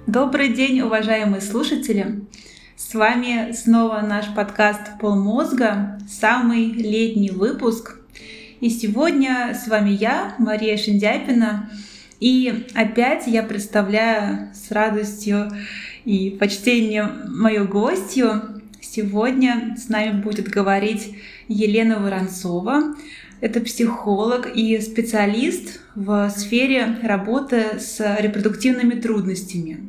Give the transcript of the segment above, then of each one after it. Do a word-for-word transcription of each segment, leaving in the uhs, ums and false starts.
Добрый день, уважаемые слушатели! С вами снова наш подкаст «Полмозга», самый летний выпуск. И сегодня с вами я, Мария Шиндяпина. И опять я представляю с радостью и почтением мою гостью. Сегодня с нами будет говорить Елена Воронцова. Это психолог и специалист в сфере работы с репродуктивными трудностями.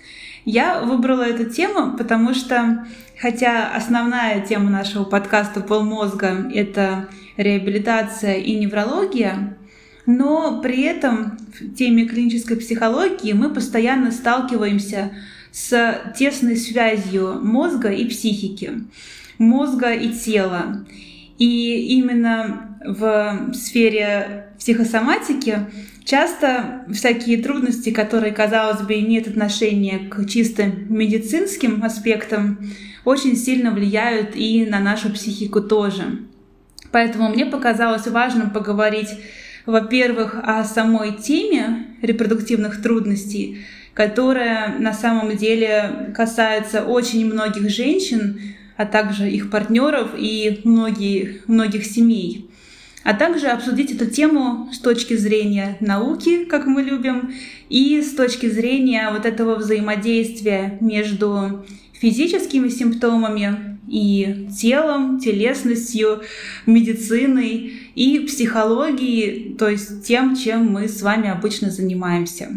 Я выбрала эту тему, потому что, хотя основная тема нашего подкаста «Полмозга» — это реабилитация и неврология, но при этом в теме клинической психологии мы постоянно сталкиваемся с тесной связью мозга и психики, мозга и тела. И именно в сфере психосоматики часто всякие трудности, которые, казалось бы, имеют отношение к чисто медицинским аспектам, очень сильно влияют и на нашу психику тоже. Поэтому мне показалось важным поговорить, во-первых, о самой теме репродуктивных трудностей, которая на самом деле касается очень многих женщин, а также их партнеров и многих, многих семей. А также обсудить эту тему с точки зрения науки, как мы любим, и с точки зрения вот этого взаимодействия между физическими симптомами и телом, телесностью, медициной и психологией, то есть тем, чем мы с вами обычно занимаемся.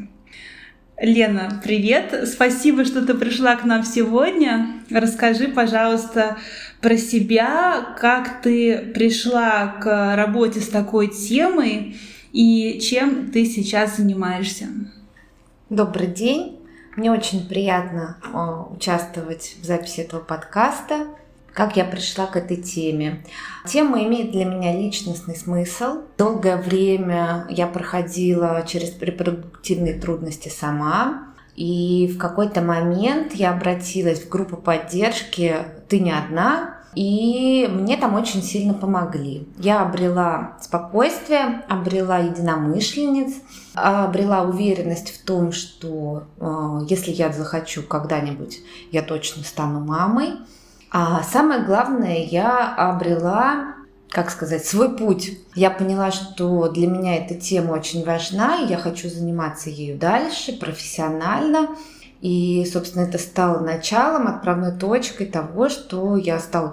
Лена, привет! Спасибо, что ты пришла к нам сегодня. Расскажи, пожалуйста, про себя, как ты пришла к работе с такой темой и чем ты сейчас занимаешься. Добрый день! Мне очень приятно участвовать в записи этого подкаста. Как я пришла к этой теме? Тема имеет для меня личностный смысл. Долгое время я проходила через репродуктивные трудности сама. И в какой-то момент я обратилась в группу поддержки «Ты не одна», и мне там очень сильно помогли. Я обрела спокойствие, обрела единомышленниц, обрела уверенность в том, что э, если я захочу когда-нибудь, я точно стану мамой. А самое главное, я обрела, как сказать, свой путь. Я поняла, что для меня эта тема очень важна, и я хочу заниматься ею дальше, профессионально. И, собственно, это стало началом, отправной точкой того, что я стала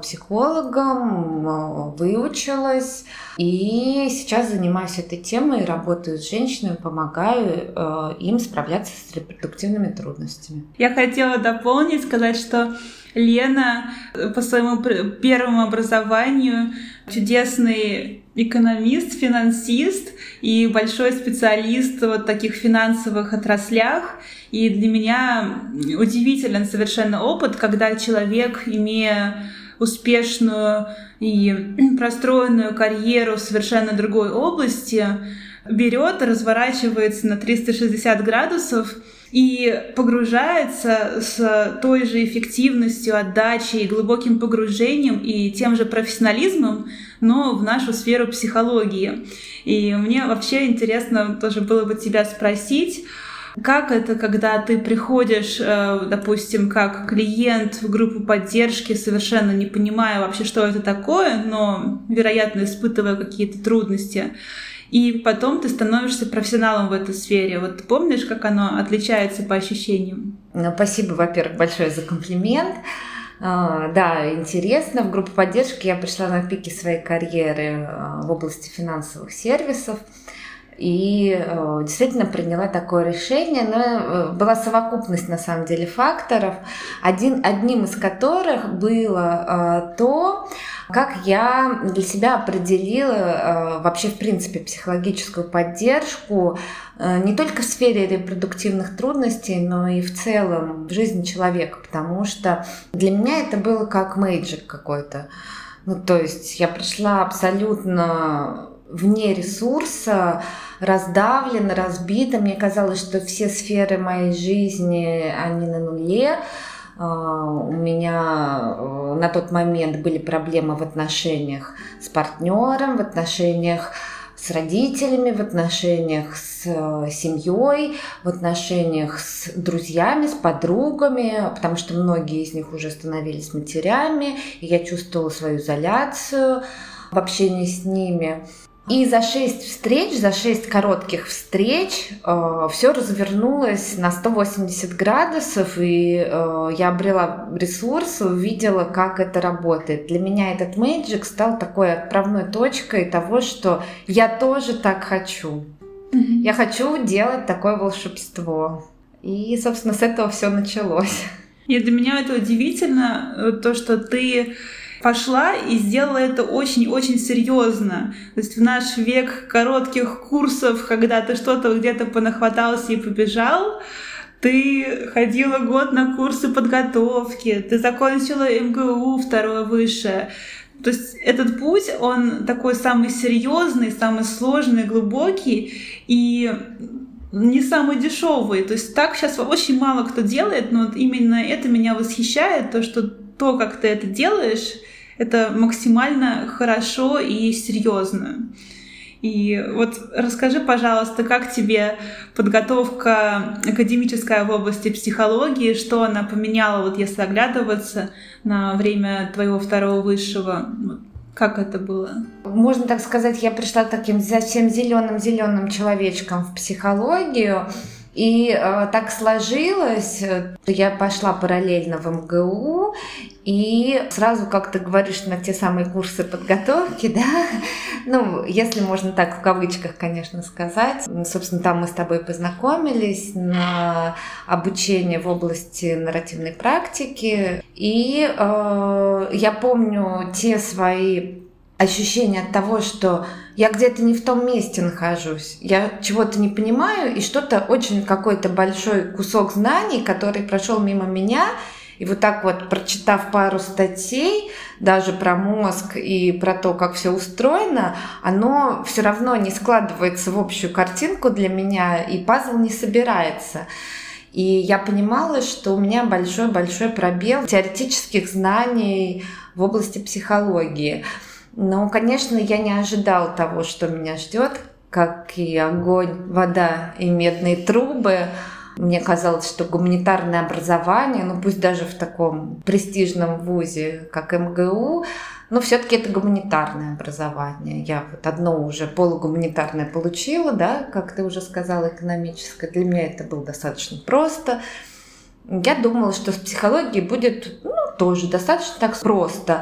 психологом, выучилась, и сейчас занимаюсь этой темой, работаю с женщинами, помогаю э, им справляться с репродуктивными трудностями. Я хотела дополнить, сказать, что Лена по своему первому образованию чудесный экономист, финансист и большой специалист в вот таких финансовых отраслях. И для меня удивителен совершенно опыт, когда человек, имея успешную и простроенную карьеру в совершенно другой области, берет, разворачивается на триста шестьдесят градусов и погружается с той же эффективностью, отдачей, и глубоким погружением и тем же профессионализмом, но в нашу сферу психологии. И мне вообще интересно тоже было бы тебя спросить, как это, когда ты приходишь, допустим, как клиент в группу поддержки, совершенно не понимая вообще, что это такое, но, вероятно, испытывая какие-то трудности, и потом ты становишься профессионалом в этой сфере. Вот помнишь, как оно отличается по ощущениям? Спасибо, во-первых, большое за комплимент. Да, интересно. В группу поддержки я пришла на пике своей карьеры в области финансовых сервисов. И э, действительно приняла такое решение, но э, была совокупность на самом деле факторов, один, одним из которых было э, то, как я для себя определила э, вообще в принципе психологическую поддержку э, не только в сфере репродуктивных трудностей, но и в целом в жизни человека, потому что для меня это было как мэйджик какой-то. Ну, то есть я пришла абсолютно вне ресурса, раздавлена, разбита. Мне казалось, что все сферы моей жизни, они на нуле. У меня на тот момент были проблемы в отношениях с партнером, в отношениях с с родителями, в отношениях с семьей, в отношениях с друзьями, с подругами, потому что многие из них уже становились матерями, и я чувствовала свою изоляцию в общении с ними. И за шесть встреч, за шесть коротких встреч э, все развернулось на сто восемьдесят градусов, и э, я обрела ресурсы, увидела, как это работает. Для меня этот мэйджик стал такой отправной точкой того, что я тоже так хочу. Mm-hmm. Я хочу делать такое волшебство. И, собственно, с этого все началось. И для меня это удивительно, то, что ты пошла и сделала это очень-очень серьезно. То есть в наш век коротких курсов, когда ты что-то где-то понахватался и побежал, ты ходила год на курсы подготовки, ты закончила эм гэ у второе высшее. То есть этот путь, он такой самый серьезный, самый сложный, глубокий и не самый дешевый. То есть так сейчас очень мало кто делает, но вот именно это меня восхищает, то, что то, как ты это делаешь, это максимально хорошо и серьезно. И вот расскажи, пожалуйста, как тебе подготовка академическая в области психологии, что она поменяла, вот если оглядываться на время твоего второго высшего, как это было? Можно так сказать, я пришла таким совсем зеленым-зеленым человечком в психологию. И э, так сложилось, я пошла параллельно в эм гэ у, и сразу, как ты говоришь, на те самые курсы подготовки, да, ну, если можно так в кавычках, конечно, сказать. Собственно, там мы с тобой познакомились на обучение в области нарративной практики, и э, я помню те свои ощущение от того, что я где-то не в том месте нахожусь, я чего-то не понимаю, и что-то очень какой-то большой кусок знаний, который прошел мимо меня, и вот так вот, прочитав пару статей, даже про мозг и про то, как все устроено, оно все равно не складывается в общую картинку для меня, и пазл не собирается. И я понимала, что у меня большой-большой пробел теоретических знаний в области психологии. Но, конечно, я не ожидала того, что меня ждет, как и огонь, вода и медные трубы. Мне казалось, что гуманитарное образование, ну пусть даже в таком престижном вузе, как эм гэ у, но все-таки это гуманитарное образование. Я вот одно уже полугуманитарное получила, да, как ты уже сказала, экономическое. Для меня это было достаточно просто. Я думала, что с психологией будет ну, тоже достаточно так просто.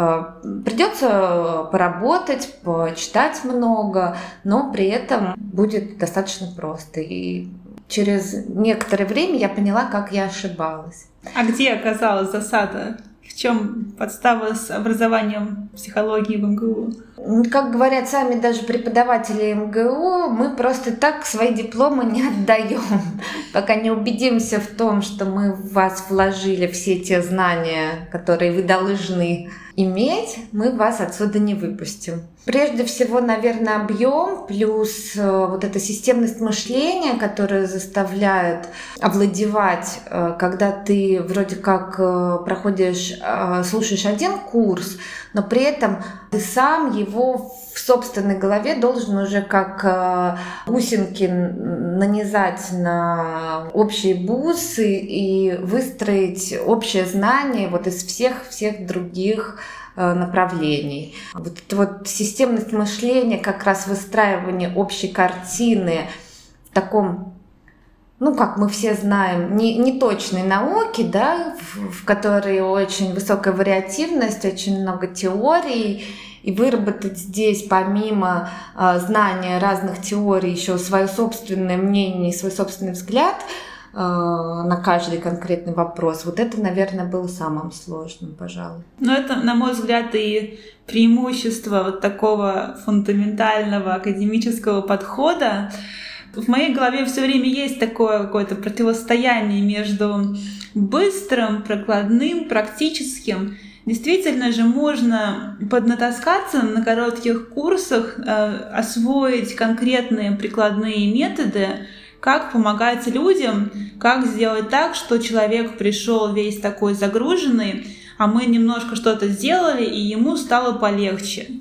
Придется поработать, почитать много, но при этом будет достаточно просто. И через некоторое время я поняла, как я ошибалась. А где оказалась засада? В чем подстава с образованием психологии в эм гэ у? Как говорят сами даже преподаватели эм гэ у, мы просто так свои дипломы не отдаем, пока не убедимся в том, что мы в вас вложили все те знания, которые вы должны иметь, мы вас отсюда не выпустим. Прежде всего, наверное, объем плюс вот эта системность мышления, которая заставляет овладевать, когда ты вроде как проходишь, слушаешь один курс, но при этом ты сам его в собственной голове должен уже как бусинки нанизать на общие бусы и выстроить общее знание вот из всех-всех других направлений. Вот эта вот системность мышления, как раз выстраивание общей картины в таком, ну, как мы все знаем, не, не точной науке, да, в, в которой очень высокая вариативность, очень много теорий, и выработать здесь, помимо э, знания разных теорий, еще свое собственное мнение и свой собственный взгляд э, на каждый конкретный вопрос, вот это, наверное, было самым сложным, пожалуй. Но это, на мой взгляд, и преимущество вот такого фундаментального академического подхода. В моей голове все время есть такое какое-то противостояние между быстрым, прикладным, практическим. Действительно же можно поднатаскаться на коротких курсах, э, освоить конкретные прикладные методы, как помогать людям, как сделать так, что человек пришел весь такой загруженный, а мы немножко что-то сделали, и ему стало полегче.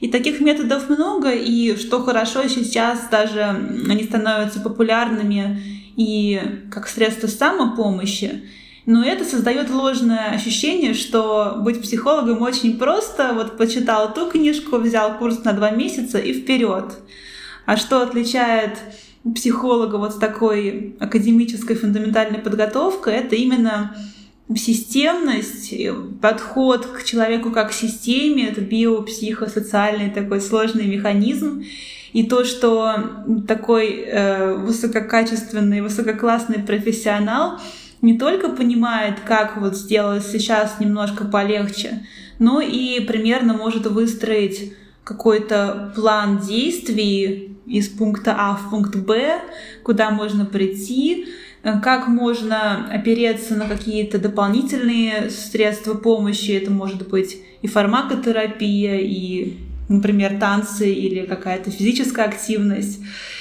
И таких методов много, и что хорошо, сейчас даже они становятся популярными и как средство самопомощи. Но это создает ложное ощущение, что быть психологом очень просто. Вот почитал ту книжку, взял курс на два месяца и вперед. А что отличает психолога вот с такой академической фундаментальной подготовкой, это именно системность, подход к человеку как к системе, это биопсихосоциальный такой сложный механизм. И то, что такой э, высококачественный, высококлассный профессионал не только понимает, как вот сделать сейчас немножко полегче, но и примерно может выстроить какой-то план действий из пункта А в пункт Б, куда можно прийти, как можно опереться на какие-то дополнительные средства помощи. Это может быть и фармакотерапия, и, например, танцы или какая-то физическая активность.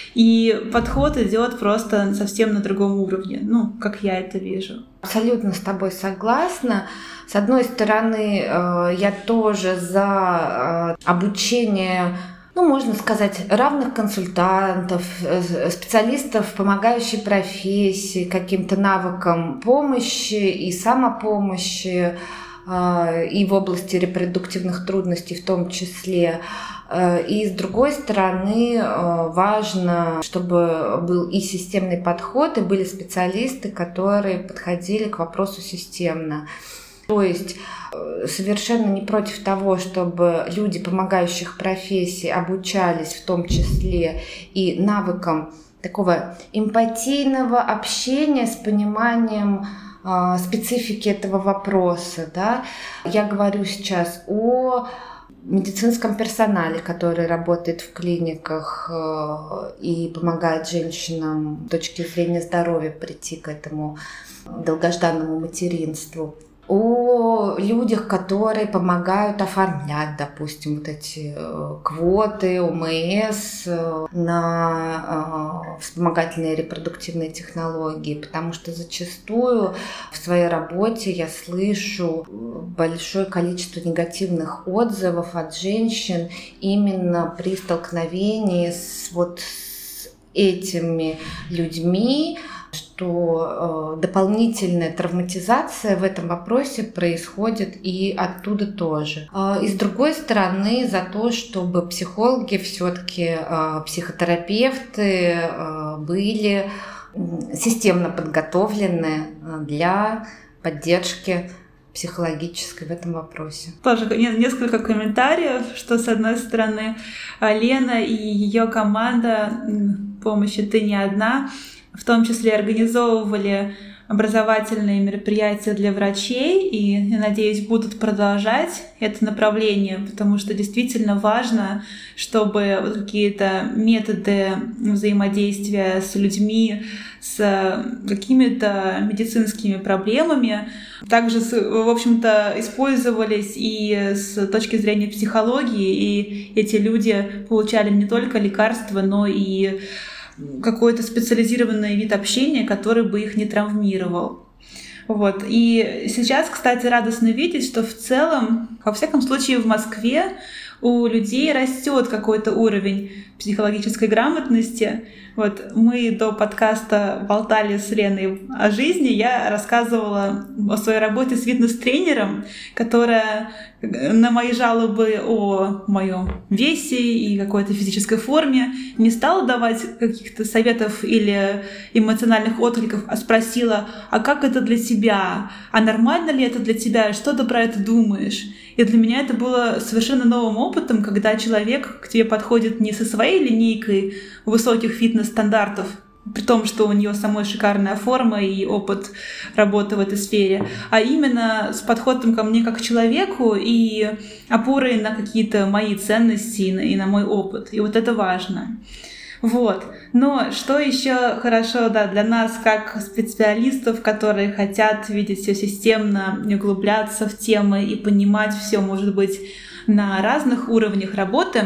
И подход идет просто совсем на другом уровне, ну, как я это вижу. Абсолютно с тобой согласна. С одной стороны, я тоже за обучение, ну, можно сказать, равных консультантов, специалистов, помогающей профессии, каким-то навыкам помощи и самопомощи, и в области репродуктивных трудностей в том числе. И с другой стороны, важно, чтобы был и системный подход, и были специалисты, которые подходили к вопросу системно. То есть совершенно не против того, чтобы люди помогающих профессий обучались в том числе и навыкам такого эмпатийного общения с пониманием э, специфики этого вопроса. Да? Я говорю сейчас о медицинском персонале, который работает в клиниках э, и помогает женщинам с точки зрения здоровья прийти к этому долгожданному материнству. О людях, которые помогают оформлять, допустим, вот эти квоты ОМС на вспомогательные репродуктивные технологии, потому что зачастую в своей работе я слышу большое количество негативных отзывов от женщин именно при столкновении с вот с этими людьми, что э, дополнительная травматизация в этом вопросе происходит и оттуда тоже. Э, и с другой стороны, за то, чтобы психологи, все-таки э, психотерапевты э, были системно подготовлены для поддержки психологической в этом вопросе. Тоже несколько комментариев, что с одной стороны Лена и ее команда помощи «Ты не одна» в том числе организовывали образовательные мероприятия для врачей, и, я надеюсь, будут продолжать это направление, потому что действительно важно, чтобы вот какие-то методы взаимодействия с людьми, с какими-то медицинскими проблемами также, в общем-то, использовались и с точки зрения психологии, и эти люди получали не только лекарства, но и какой-то специализированный вид общения, который бы их не травмировал. Вот. И сейчас, кстати, радостно видеть, что в целом, во всяком случае в Москве, у людей растет какой-то уровень психологической грамотности. Вот мы до подкаста болтали с Леной о жизни, я рассказывала о своей работе с фитнес-тренером, которая на мои жалобы о моем весе и какой-то физической форме не стала давать каких-то советов или эмоциональных откликов, а спросила: а как это для тебя? А нормально ли это для тебя? Что ты про это думаешь? И для меня это было совершенно новым опытом, когда человек к тебе подходит не со своей линейкой высоких фитнес-стандартов, при том, что у нее самой шикарная форма и опыт работы в этой сфере, а именно с подходом ко мне как к человеку и опорой на какие-то мои ценности и на, и на мой опыт. И вот это важно. Вот. Но что еще хорошо, да, для нас, как специалистов, которые хотят видеть все системно, углубляться в темы и понимать все, может быть, на разных уровнях работы,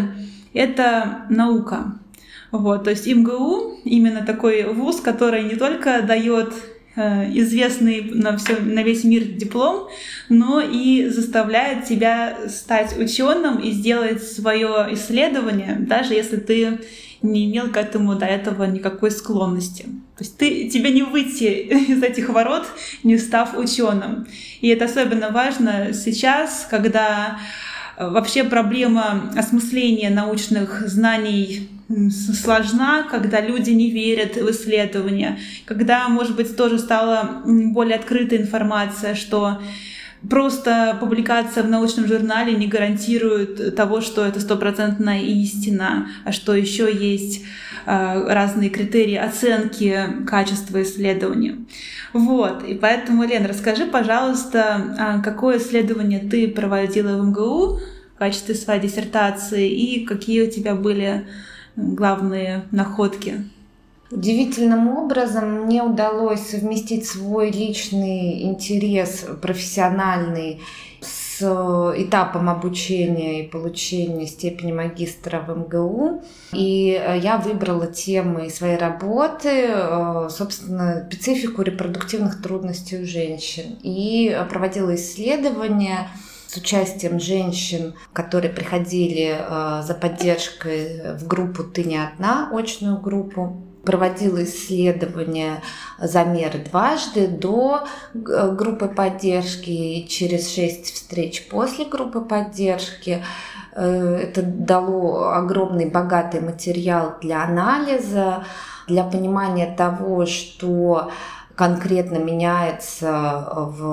это наука. Вот. То есть МГУ именно такой вуз, который не только дает известный на, все, на весь мир диплом, но и заставляет тебя стать ученым и сделать свое исследование, даже если ты не имел к этому до этого никакой склонности. То есть ты, тебе не выйти из этих ворот, не став ученым. И это особенно важно сейчас, когда вообще проблема осмысления научных знаний сложна, когда люди не верят в исследования, когда, может быть, тоже стала более открытая информация, что просто публикация в научном журнале не гарантирует того, что это стопроцентная истина, а что еще есть разные критерии оценки качества исследования. Вот, и поэтому, Лен, расскажи, пожалуйста, какое исследование ты проводила в эм гэ у в качестве своей диссертации и какие у тебя были главные находки? Удивительным образом мне удалось совместить свой личный интерес профессиональный с этапом обучения и получения степени магистра в эм гэ у. И я выбрала темой своей работы, собственно, специфику репродуктивных трудностей у женщин. И проводила исследования с участием женщин, которые приходили за поддержкой в группу «Ты не одна», очную группу. Проводила исследования, замеры дважды до группы поддержки и через шесть встреч после группы поддержки. Это дало огромный богатый материал для анализа, для понимания того, что конкретно меняется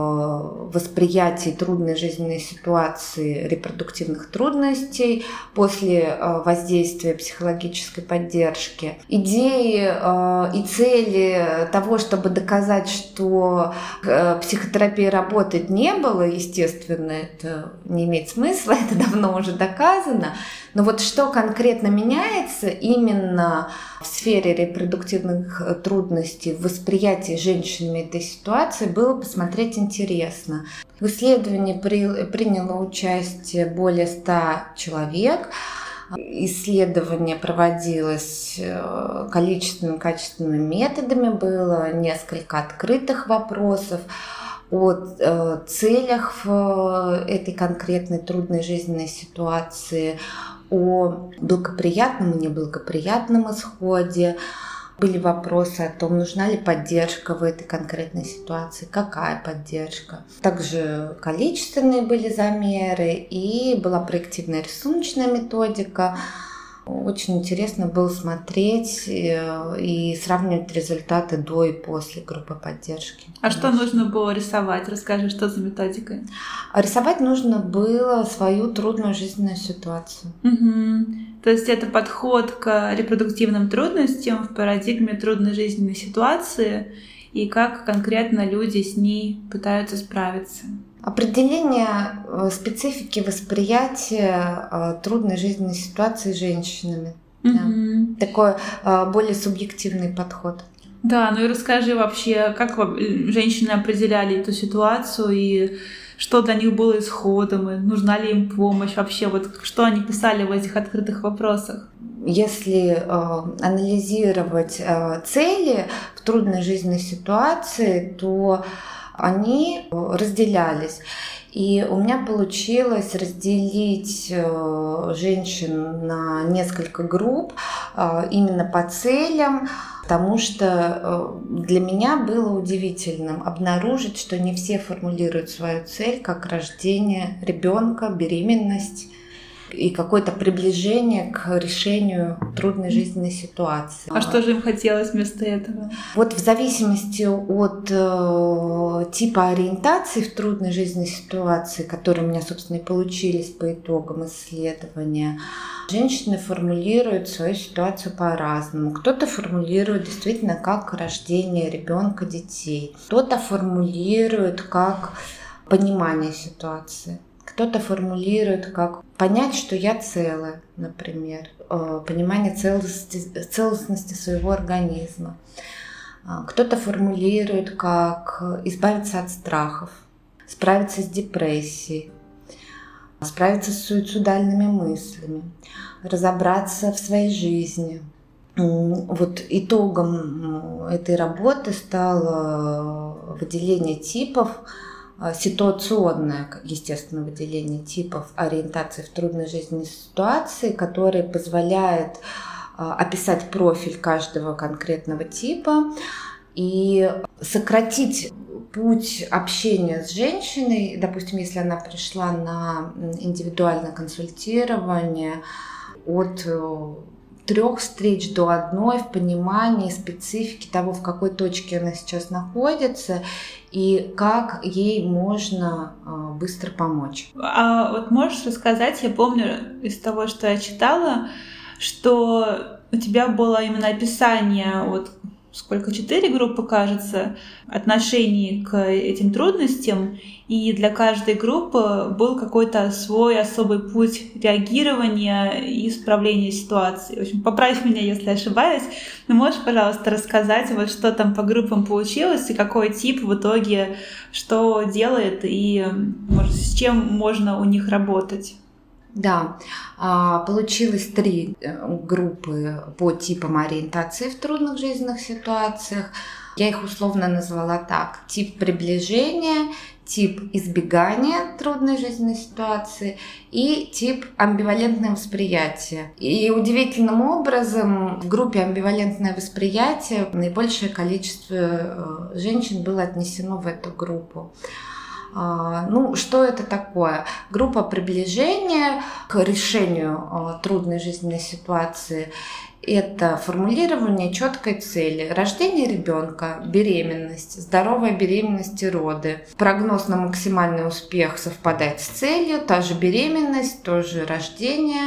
в восприятии трудной жизненной ситуации, репродуктивных трудностей после воздействия психологической поддержки. Идеи и цели того, чтобы доказать, что психотерапия работает, не было, естественно, это не имеет смысла, это давно уже доказано. Но вот что конкретно меняется именно в сфере репродуктивных трудностей, в восприятии женщинами этой ситуации, было посмотреть интересно. В исследовании при, приняло участие более ста человек. Исследование проводилось количественными и качественными методами, было несколько открытых вопросов о целях в этой конкретной трудной жизненной ситуации, о благоприятном и неблагоприятном исходе. Были вопросы о том, нужна ли поддержка в этой конкретной ситуации, какая поддержка. Также количественные были замеры и была проективная рисуночная методика. Очень интересно было смотреть и сравнивать результаты до и после группы поддержки. А что нужно было рисовать? Расскажи, что за методика? Рисовать нужно было свою трудную жизненную ситуацию. Угу. То есть это подход к репродуктивным трудностям в парадигме трудной жизненной ситуации и как конкретно люди с ней пытаются справиться. Определение специфики восприятия трудной жизненной ситуации женщинами. Mm-hmm. Да. Такой более субъективный подход. Да, ну и расскажи вообще, как женщины определяли эту ситуацию и что для них было исходом, и нужна ли им помощь вообще, вот что они писали в этих открытых вопросах? Если э, анализировать э, цели в трудной жизненной ситуации, то они разделялись. И у меня получилось разделить женщин на несколько групп именно по целям, потому что для меня было удивительным обнаружить, что не все формулируют свою цель как рождение ребенка, беременность и какое-то приближение к решению трудной жизненной ситуации. А что же им хотелось вместо этого? Вот в зависимости от э, типа ориентации в трудной жизненной ситуации, которые у меня, собственно, и получились по итогам исследования, женщины формулируют свою ситуацию по-разному. Кто-то формулирует действительно как рождение ребенка, детей. Кто-то формулирует как понимание ситуации. Кто-то формулирует как понять, что я целая, например, понимание целостности, целостности своего организма. Кто-то формулирует как избавиться от страхов, справиться с депрессией, справиться с суицидальными мыслями, разобраться в своей жизни, Вот итогом этой работы стало выделение типов, ситуационное, естественно, выделение типов ориентации в трудной жизненной ситуации, которые позволяет описать профиль каждого конкретного типа и сократить путь общения с женщиной. Допустим, если она пришла на индивидуальное консультирование, от трех встреч до одной в понимании специфики того, в какой точке она сейчас находится и как ей можно быстро помочь. А вот можешь рассказать, я помню из того, что я читала, что у тебя было именно описание, вот сколько, четыре группы, кажется, отношений к этим трудностям, и для каждой группы был какой-то свой особый путь реагирования и исправления ситуации. В общем, поправь меня, если ошибаюсь, но можешь, пожалуйста, рассказать, вот что там по группам получилось, и какой тип в итоге что делает, и может, с чем можно у них работать? Да, получилось три группы по типам ориентации в трудных жизненных ситуациях. Я их условно назвала так: тип приближения, тип избегания трудной жизненной ситуации и тип амбивалентное восприятие. И удивительным образом в группе амбивалентное восприятие наибольшее количество женщин было отнесено в эту группу. Ну, что это такое? Группа приближения к решению трудной жизненной ситуации – это формулирование четкой цели, рождение ребенка, беременность, здоровая беременность и роды. Прогноз на максимальный успех совпадает с целью, та же беременность, тоже рождение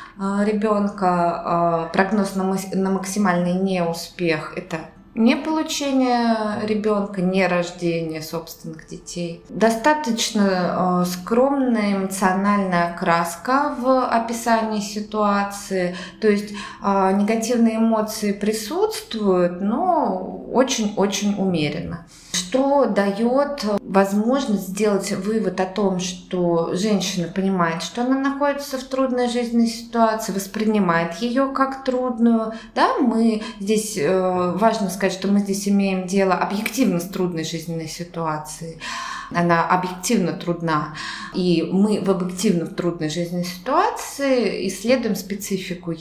ребенка. Прогноз на максимальный неуспех – это не получение ребенка, не рождение собственных детей. Достаточно э, скромная эмоциональная окраска в описании ситуации, то есть э, негативные эмоции присутствуют, но очень-очень умеренно. Что дает возможность сделать вывод о том, что женщина понимает, что она находится в трудной жизненной ситуации, воспринимает ее как трудную. Да, мы здесь, э, важно сказать, что мы здесь имеем дело объективно с трудной жизненной ситуацией. Она объективно трудна. И мы в объективно трудной жизненной ситуации исследуем специфику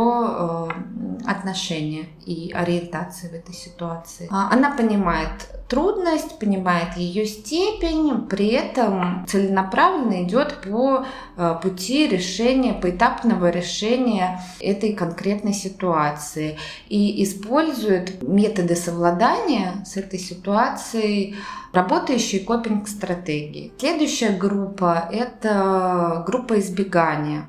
ее отношения и ориентации в этой ситуации. Она понимает трудность, понимает ее степень, при этом целенаправленно идет по пути решения, поэтапного решения этой конкретной ситуации и использует методы совладания с этой ситуацией, работающие копинг-стратегии. Следующая группа – это группа избегания.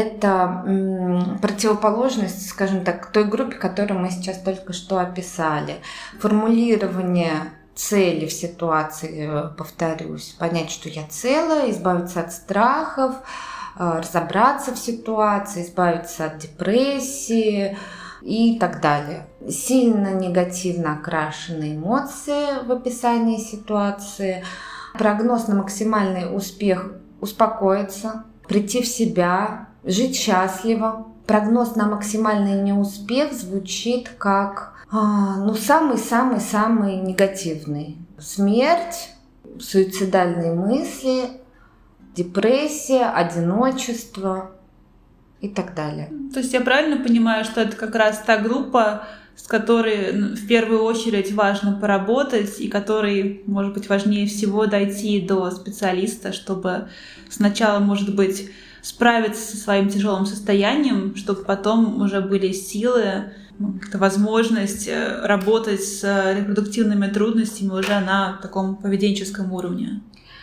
Это м, противоположность, скажем так, той группе, которую мы сейчас только что описали. Формулирование цели в ситуации, повторюсь, понять, что я целая, избавиться от страхов, разобраться в ситуации, избавиться от депрессии и так далее. Сильно негативно окрашенные эмоции в описании ситуации. Прогноз на максимальный успех – успокоиться, прийти в себя, жить счастливо. Прогноз на максимальный неуспех звучит как а, ну, самый-самый-самый негативный. Смерть, суицидальные мысли, депрессия, одиночество и так далее. То есть я правильно понимаю, что это как раз та группа, с которой в первую очередь важно поработать и которой, может быть, важнее всего дойти до специалиста, чтобы сначала, может быть, справиться со своим тяжелым состоянием, чтобы потом уже были силы, возможность работать с репродуктивными трудностями уже на таком поведенческом уровне?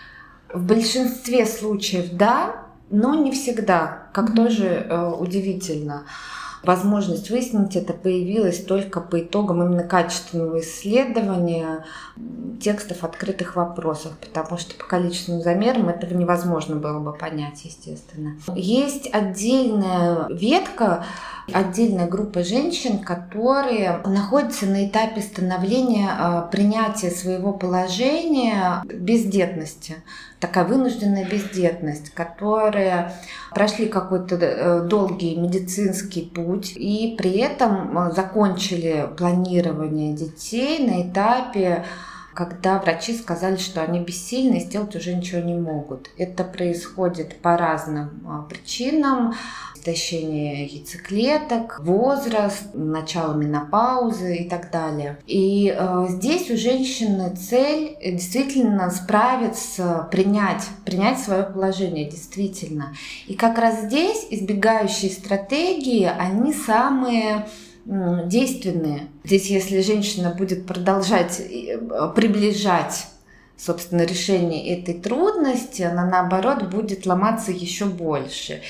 В большинстве случаев да, но не всегда, как mm-hmm. тоже э, удивительно. Возможность выяснить это появилась только по итогам именно качественного исследования текстов открытых вопросов, потому что по количественным замерам этого невозможно было бы понять, естественно. Есть отдельная ветка отдельная группа женщин, которые находятся на этапе становления, принятия своего положения бездетности. Такая вынужденная бездетность, которые прошли какой-то долгий медицинский путь и при этом закончили планирование детей на этапе, когда врачи сказали, что они бессильны и сделать уже ничего не могут. Это происходит по разным причинам. Истощение яйцеклеток, возраст, начало менопаузы и так далее. И э, здесь у женщины цель действительно справиться, принять, принять свое положение действительно. И как раз здесь избегающие стратегии, они самые действенные. Здесь, если женщина будет продолжать приближать, собственно, решение этой трудности, она, наоборот, будет ломаться еще больше.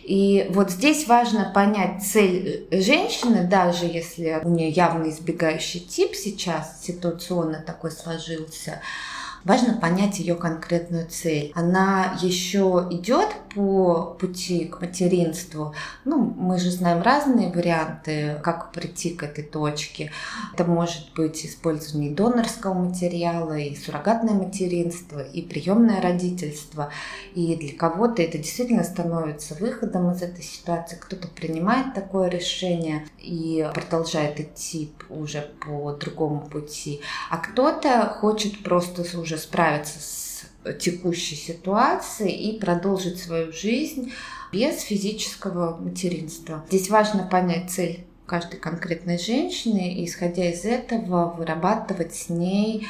И вот здесь важно понять цель женщины, даже если у нее явно избегающий тип сейчас, ситуационно такой сложился. Важно понять ее конкретную цель. Она еще идет по пути к материнству. Ну, мы же знаем разные варианты, как прийти к этой точке. Это может быть использование донорского материала, и суррогатное материнство, и приемное родительство. И для кого-то это действительно становится выходом из этой ситуации. Кто-то принимает такое решение и продолжает идти уже по другому пути. А кто-то хочет просто уже справиться с текущей ситуацией и продолжить свою жизнь без физического материнства. Здесь важно понять цель каждой конкретной женщины и, исходя из этого, вырабатывать с ней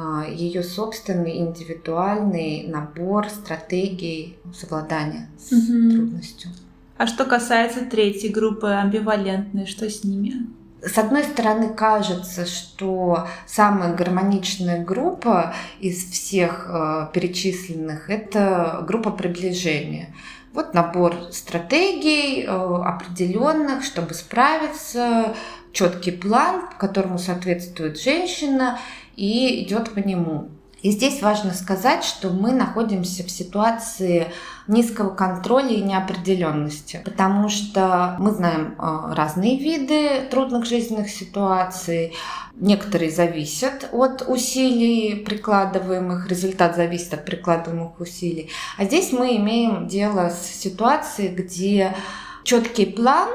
ее собственный индивидуальный набор стратегий совладания с угу. трудностью. А что касается третьей группы, амбивалентной, что с ними? С одной стороны, кажется, что самая гармоничная группа из всех э, перечисленных – это группа приближения. Вот набор стратегий э, определенных, чтобы справиться, четкий план, которому соответствует женщина, и идет по нему. И здесь важно сказать, что мы находимся в ситуации низкого контроля и неопределенности, потому что мы знаем разные виды трудных жизненных ситуаций. Некоторые зависят от усилий прикладываемых, результат зависит от прикладываемых усилий. А здесь мы имеем дело с ситуацией, где четкий план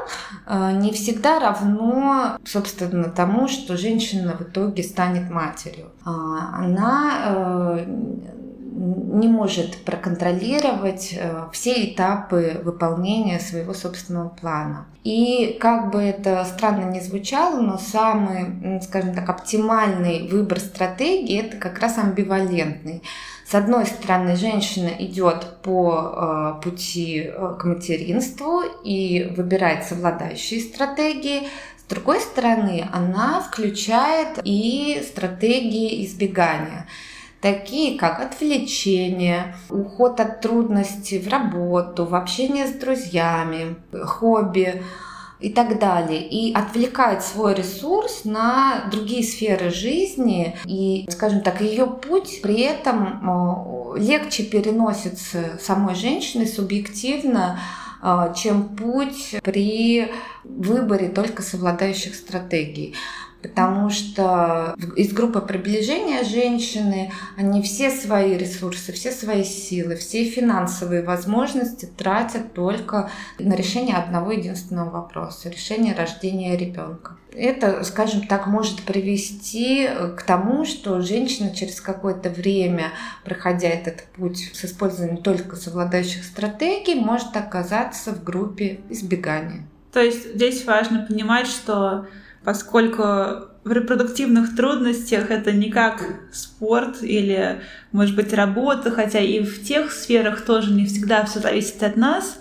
не всегда равно, собственно, тому, что женщина в итоге станет матерью. Она не может проконтролировать все этапы выполнения своего собственного плана. И как бы это странно ни звучало, но самый, скажем так, оптимальный выбор стратегии – это как раз амбивалентный. С одной стороны, женщина идет по э, пути к материнству и выбирает совладающие стратегии. С другой стороны, она включает и стратегии избегания, такие как отвлечение, уход от трудностей в работу, в общение с друзьями, хобби и так далее. И отвлекает свой ресурс на другие сферы жизни. И, скажем так, ее путь при этом легче переносится самой женщиной субъективно, чем путь при выборе только совладающих стратегий. Потому что из группы приближения женщины, они все свои ресурсы, все свои силы, все финансовые возможности тратят только на решение одного единственного вопроса – решение рождения ребенка. Это, скажем так, может привести к тому, что женщина через какое-то время, проходя этот путь с использованием только совладающих стратегий, может оказаться в группе избегания. То есть здесь важно понимать, что поскольку в репродуктивных трудностях это не как спорт или, может быть, работа, хотя и в тех сферах тоже не всегда все зависит от нас,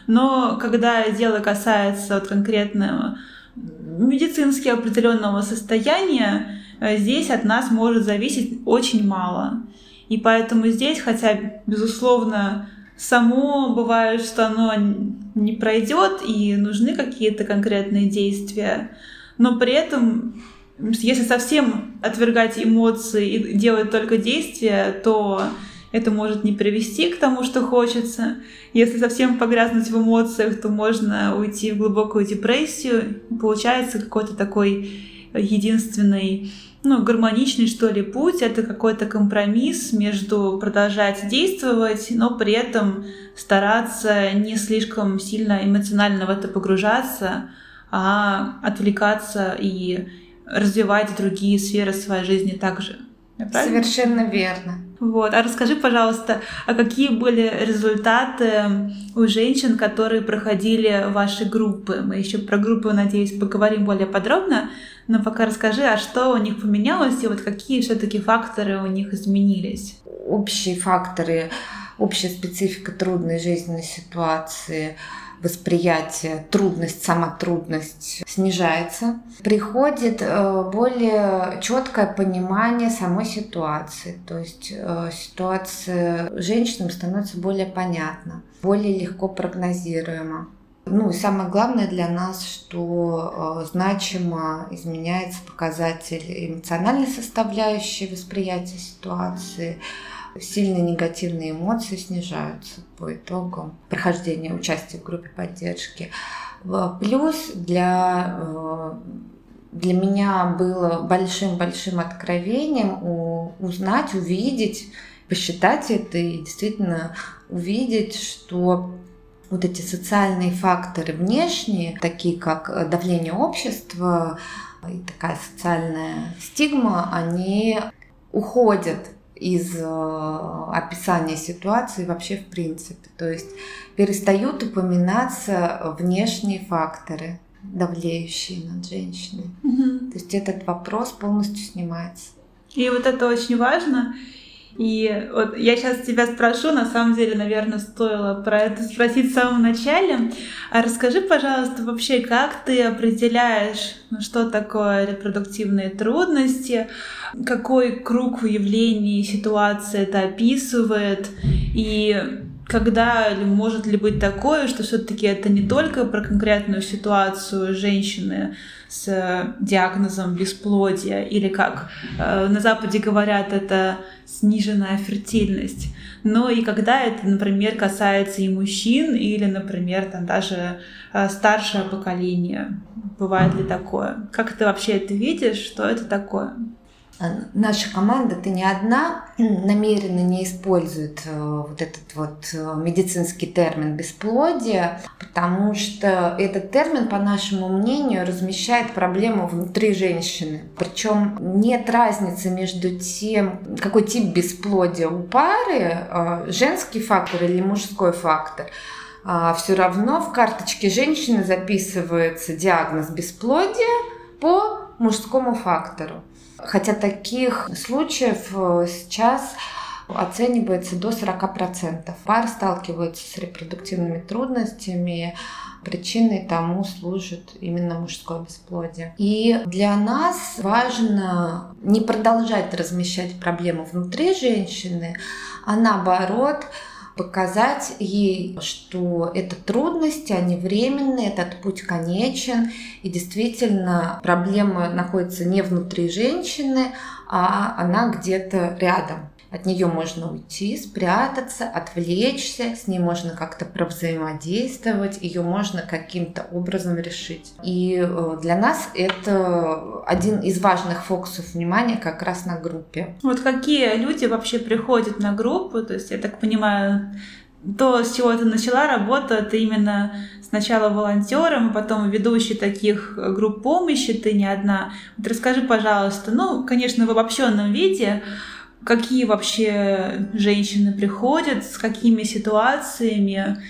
но когда дело касается вот конкретного медицински определенного состояния, здесь от нас может зависеть очень мало. И поэтому здесь, хотя, безусловно, само бывает, что оно не пройдет и нужны какие-то конкретные действия, но при этом, если совсем отвергать эмоции и делать только действия, то это может не привести к тому, что хочется. Если совсем погрязнуть в эмоциях, то можно уйти в глубокую депрессию. Получается какой-то такой единственный, ну, гармоничный, что ли, путь. Это какой-то компромисс между продолжать действовать, но при этом стараться не слишком сильно эмоционально в это погружаться, а отвлекаться и развивать другие сферы своей жизни также. Совершенно верно. Вот. А расскажи, пожалуйста, а какие были результаты у женщин, которые проходили ваши группы? Мы еще про группы, надеюсь, поговорим более подробно, но пока расскажи, а что у них поменялось и вот какие все-таки факторы у них изменились? Общие факторы, общая специфика трудной жизненной ситуации, восприятие, трудность, сама трудность снижается. Приходит более четкое понимание самой ситуации. То есть ситуация женщинам становится более понятна, более легко прогнозируема. Ну и самое главное для нас, что значимо изменяется показатель эмоциональной составляющей восприятия ситуации. Сильные негативные эмоции снижаются по итогам прохождения участия в группе поддержки. Плюс для, для меня было большим-большим откровением узнать, увидеть, посчитать это и действительно увидеть, что вот эти социальные факторы внешние, такие как давление общества и такая социальная стигма, они уходят из описания ситуации вообще в принципе. То есть перестают упоминаться внешние факторы, давлеющие над женщиной. Угу. То есть этот вопрос полностью снимается. И вот это очень важно. И вот я сейчас тебя спрошу, на самом деле, наверное, стоило про это спросить в самом начале. А расскажи, пожалуйста, вообще, как ты определяешь, что такое репродуктивные трудности, какой круг явлений, ситуации это описывает, и когда или может ли быть такое, что все-таки это не только про конкретную ситуацию женщины с диагнозом бесплодия, или как э, на Западе говорят, это сниженная фертильность, но и когда это, например, касается и мужчин, или, например, там даже э, старшее поколение. Бывает ли такое? Как ты вообще это видишь? Что это такое? Наша команда, ты не одна, намеренно не использует вот этот вот медицинский термин бесплодие, потому что этот термин, по нашему мнению, размещает проблему внутри женщины. Причем нет разницы между тем, какой тип бесплодия у пары, женский фактор или мужской фактор. Все равно в карточке женщины записывается диагноз бесплодия по мужскому фактору. Хотя таких случаев сейчас оценивается до сорок процентов. Пары сталкиваются с репродуктивными трудностями, причиной тому служит именно мужское бесплодие. И для нас важно не продолжать размещать проблему внутри женщины, а наоборот показать ей, что это трудности, они временные, этот путь конечен, и действительно проблема находится не внутри женщины, а она где-то рядом. От нее можно уйти, спрятаться, отвлечься, с ней можно как-то провзаимодействовать, ее можно каким-то образом решить. И для нас это один из важных фокусов внимания как раз на группе. Вот какие люди вообще приходят на группу? То есть, я так понимаю, то, с чего ты начала работу, это именно сначала волонтером, а потом ведущий таких групп помощи, ты не одна. Вот расскажи, пожалуйста, ну, конечно, в обобщенном виде, какие вообще женщины приходят, с какими ситуациями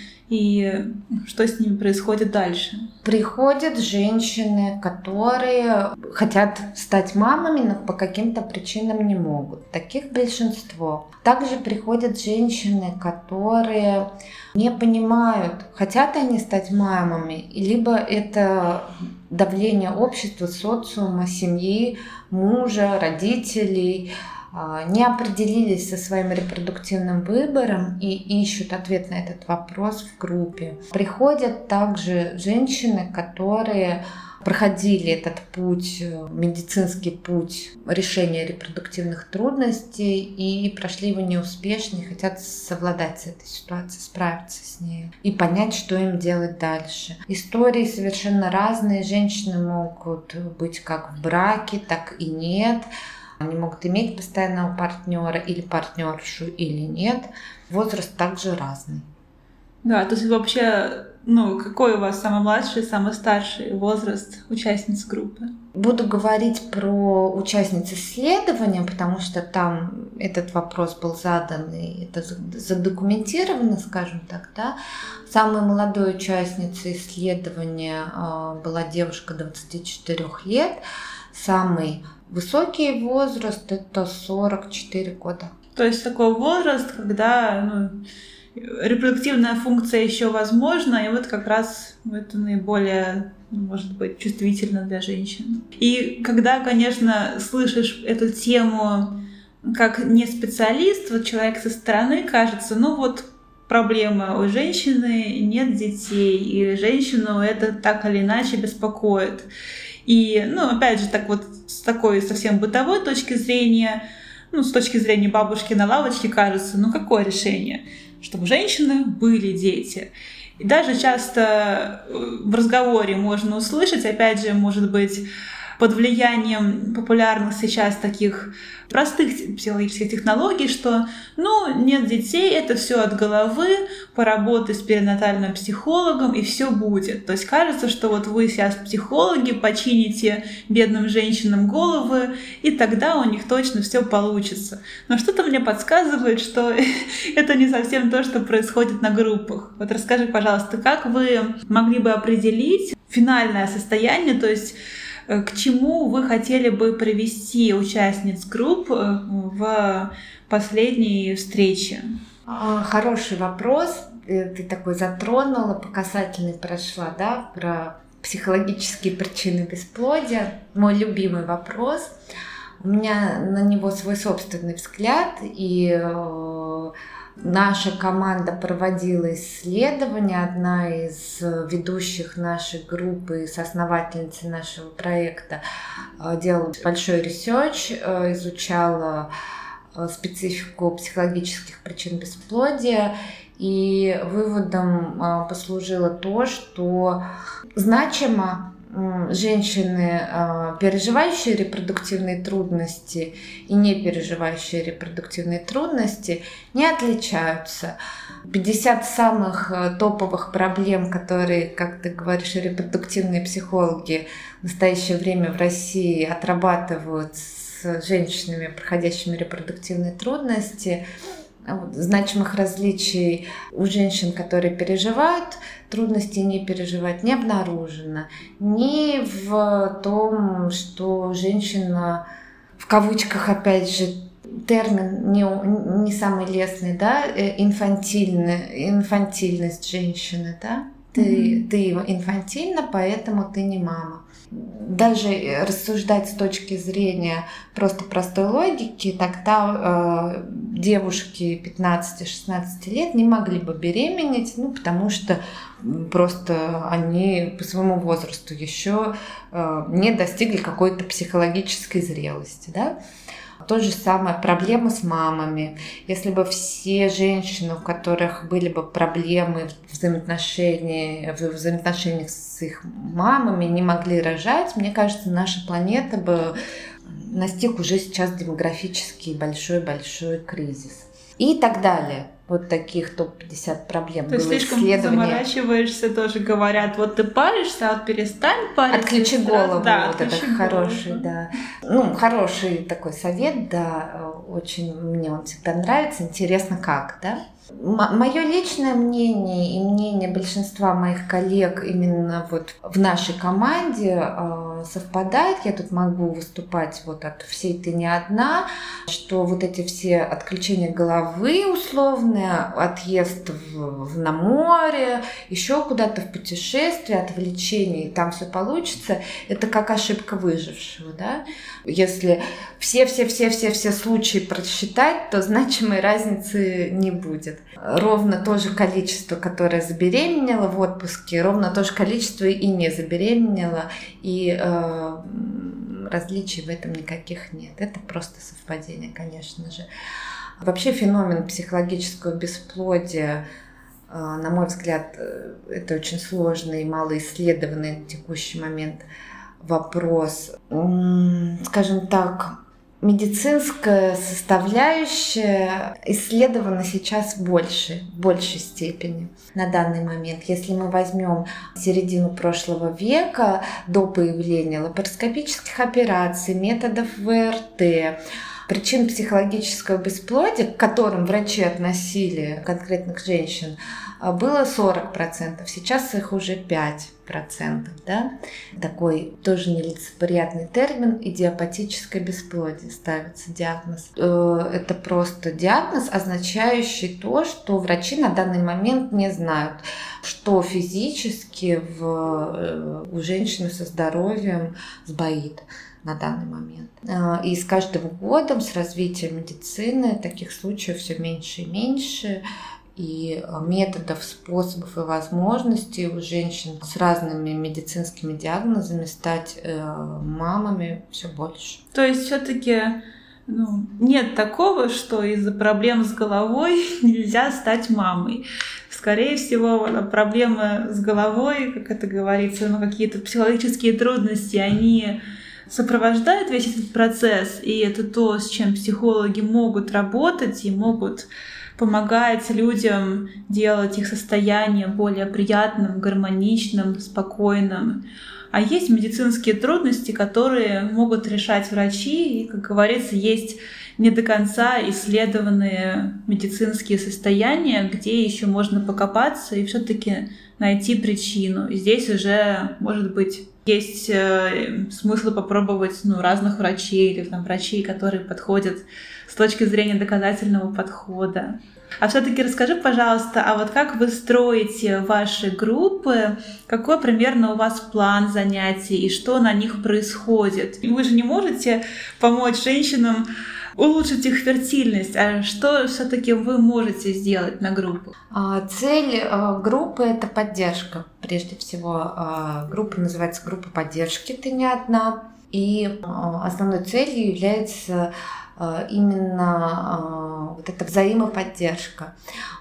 и что с ними происходит дальше? Приходят женщины, которые хотят стать мамами, но по каким-то причинам не могут. Таких большинство. Также приходят женщины, которые не понимают, хотят они стать мамами, либо это давление общества, социума, семьи, мужа, родителей, не определились со своим репродуктивным выбором и ищут ответ на этот вопрос в группе. Приходят также женщины, которые проходили этот путь, медицинский путь решения репродуктивных трудностей и прошли его неуспешно, и хотят совладать с этой ситуацией, справиться с ней и понять, что им делать дальше. Истории совершенно разные. Женщины могут быть как в браке, так и нет. Они могут иметь постоянного партнера или партнершу, или нет. Возраст также разный. Да, то есть вообще, ну, какой у вас самый младший, самый старший возраст участниц группы? Буду говорить про участниц исследования, потому что там этот вопрос был задан, и это задокументировано, скажем так, да. Самой молодой участницей исследования была девушка двадцати четырёх лет, самый высокий возраст — это сорок четыре года. То есть такой возраст, когда, ну, репродуктивная функция еще возможна, и вот как раз это наиболее, может быть, чувствительно для женщин. И когда, конечно, слышишь эту тему как не специалист, вот человек со стороны, кажется, ну вот проблема у женщины, нет детей, или женщину это так или иначе беспокоит. И, ну, опять же, так вот с такой совсем бытовой точки зрения, ну, с точки зрения бабушки на лавочке, кажется, ну, какое решение? Чтобы у женщины были дети. И даже часто в разговоре можно услышать, опять же, может быть, под влиянием популярных сейчас таких простых психологических технологий, что, ну, нет детей, это все от головы, поработай с перинатальным психологом, и все будет. То есть кажется, что вот вы сейчас психологи, почините бедным женщинам головы, и тогда у них точно все получится. Но что-то мне подсказывает, что это не совсем то, что происходит на группах. Вот расскажи, пожалуйста, как вы могли бы определить финальное состояние, то есть к чему вы хотели бы привести участниц групп в последней встрече? Хороший вопрос. Ты такой затронула, по касательной прошла, да, про психологические причины бесплодия. Мой любимый вопрос. У меня на него свой собственный взгляд, и наша команда проводила исследования. Одна из ведущих нашей группы, соосновательницы нашего проекта, делала большой ресерч, изучала специфику психологических причин бесплодия. И выводом послужило то, что значимо женщины, переживающие репродуктивные трудности и не переживающие репродуктивные трудности, не отличаются. пятьдесят самых топовых проблем, которые, как ты говоришь, репродуктивные психологи в настоящее время в России отрабатывают с женщинами, проходящими репродуктивные трудности, значимых различий у женщин, которые переживают трудности и не переживают, не обнаружено. Ни в том, что женщина, в кавычках, опять же, термин не, не самый лестный, да, инфантильный, инфантильность женщины, да. Ты, mm-hmm. ты инфантильна, поэтому ты не мама. Даже рассуждать с точки зрения просто простой логики, тогда э, девушки пятнадцати-шестнадцати лет не могли бы беременеть, ну, потому что просто они по своему возрасту еще э, не достигли какой-то психологической зрелости, да? То же самое проблемы с мамами. Если бы все женщины, у которых были бы проблемы в взаимоотношениях, в взаимоотношениях с их мамами, не могли рожать, мне кажется, наша планета бы настиг уже сейчас демографический большой-большой кризис. И так далее. Вот таких топ пятьдесят проблем. То есть слишком заморачиваешься, тоже говорят, вот ты паришься, а вот перестань париться. Отключи голову, да, вот отключи это голову. Хороший, да. Ну, хороший такой совет, да, очень мне он всегда нравится, интересно как, да. Мое личное мнение и мнение большинства моих коллег именно вот в нашей команде э, совпадает. Я тут могу выступать вот от всей «ты не одна», что вот эти все отключения головы условные, отъезд в, в, на море, еще куда-то в путешествие, отвлечение, и там все получится, это как ошибка выжившего, да. Если все-все-все-все-все случаи просчитать, то значимой разницы не будет. Ровно то же количество, которое забеременело в отпуске, ровно то же количество и не забеременело, и э, различий в этом никаких нет. Это просто совпадение, конечно же. Вообще феномен психологического бесплодия, на мой взгляд, это очень сложный и малоисследованный на текущий момент вопрос. Скажем так, медицинская составляющая исследована сейчас больше, в большей степени на данный момент. Если мы возьмем середину прошлого века, до появления лапароскопических операций, методов ВРТ, причин психологического бесплодия, к которым врачи относили конкретных женщин, было сорок процентов, сейчас их уже пять процентов. Да? Такой тоже нелицеприятный термин — идиопатическое бесплодие ставится диагноз. Это просто диагноз, означающий то, что врачи на данный момент не знают, что физически в, у женщины со здоровьем сбоит на данный момент. И с каждым годом, с развитием медицины, таких случаев все меньше и меньше, и методов, способов и возможностей у женщин с разными медицинскими диагнозами стать мамами все больше. То есть все-таки ну, нет такого, что из-за проблем с головой нельзя стать мамой. Скорее всего, проблемы с головой, как это говорится, ну, какие-то психологические трудности, они сопровождает весь этот процесс, и это то, с чем психологи могут работать и могут помогать людям делать их состояние более приятным, гармоничным, спокойным. А есть медицинские трудности, которые могут решать врачи, и, как говорится, есть не до конца исследованные медицинские состояния, где еще можно покопаться и все-таки найти причину. И здесь уже, может быть, есть э, смысл попробовать ну, разных врачей или там, врачей, которые подходят с точки зрения доказательного подхода. А все-таки расскажи, пожалуйста, а вот как вы строите ваши группы, какой примерно у вас план занятий и что на них происходит? Вы же не можете помочь женщинам улучшить их фертильность, а что все-таки вы можете сделать на группу? Цель группы — это поддержка. Прежде всего, группа называется группа поддержки «Ты не одна». И основной целью является именно вот эта взаимоподдержка.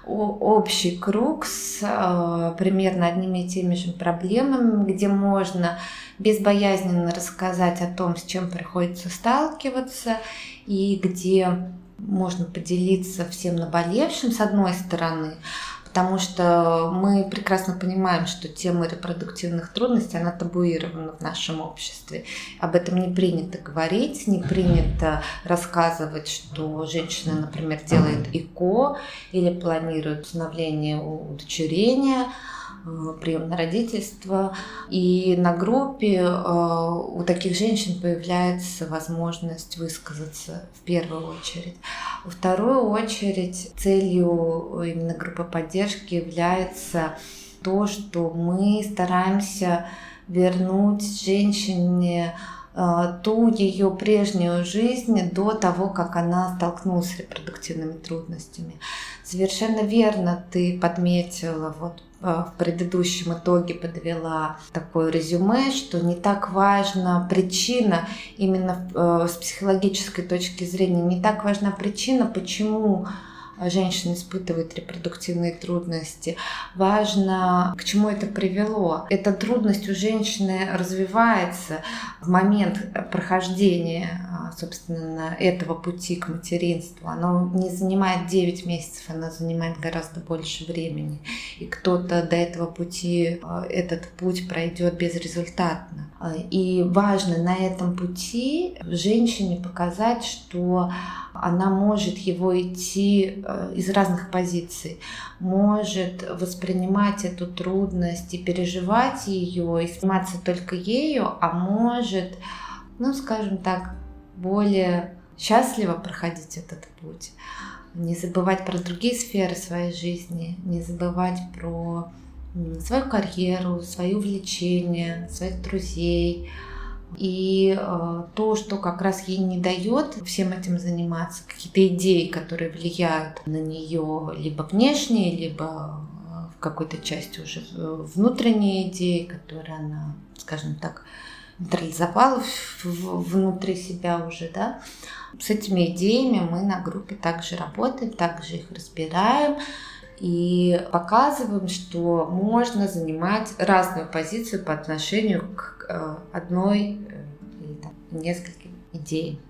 Общий круг с примерно одними и теми же проблемами, где можно безбоязненно рассказать о том, с чем приходится сталкиваться, и где можно поделиться всем наболевшим, с одной стороны, потому что мы прекрасно понимаем, что тема репродуктивных трудностей, она табуирована в нашем обществе. Об этом не принято говорить, не принято рассказывать, что женщина, например, делает ЭКО или планирует усыновление, удочерение, прием на родительство. И на группе у таких женщин появляется возможность высказаться в первую очередь. Во вторую очередь целью именно группы поддержки является то, что мы стараемся вернуть женщине ту ее прежнюю жизнь до того, как она столкнулась с репродуктивными трудностями. Совершенно верно ты подметила, вот в предыдущем итоге подвела такое резюме, что не так важна причина, именно с психологической точки зрения, не так важна причина, почему женщина испытывает репродуктивные трудности. Важно, к чему это привело. Эта трудность у женщины развивается в момент прохождения, собственно, этого пути к материнству. Оно не занимает девять месяцев, оно занимает гораздо больше времени. И кто-то до этого пути, этот путь пройдет безрезультатно. И важно на этом пути женщине показать, что она может его идти из разных позиций, может воспринимать эту трудность и переживать ее, и заниматься только ею, а может, ну, скажем так, более счастливо проходить этот путь. Не забывать про другие сферы своей жизни, не забывать про свою карьеру, свои увлечения, своих друзей, И э, то, что как раз ей не дает всем этим заниматься, какие-то идеи, которые влияют на нее либо внешние, либо в какой-то части уже внутренние идеи, которые она, скажем так, нейтрализовала внутри себя уже, да. С этими идеями мы на группе также работаем, также их разбираем и показываем, что можно занимать разную позицию по отношению к одной или там, нескольким идеям.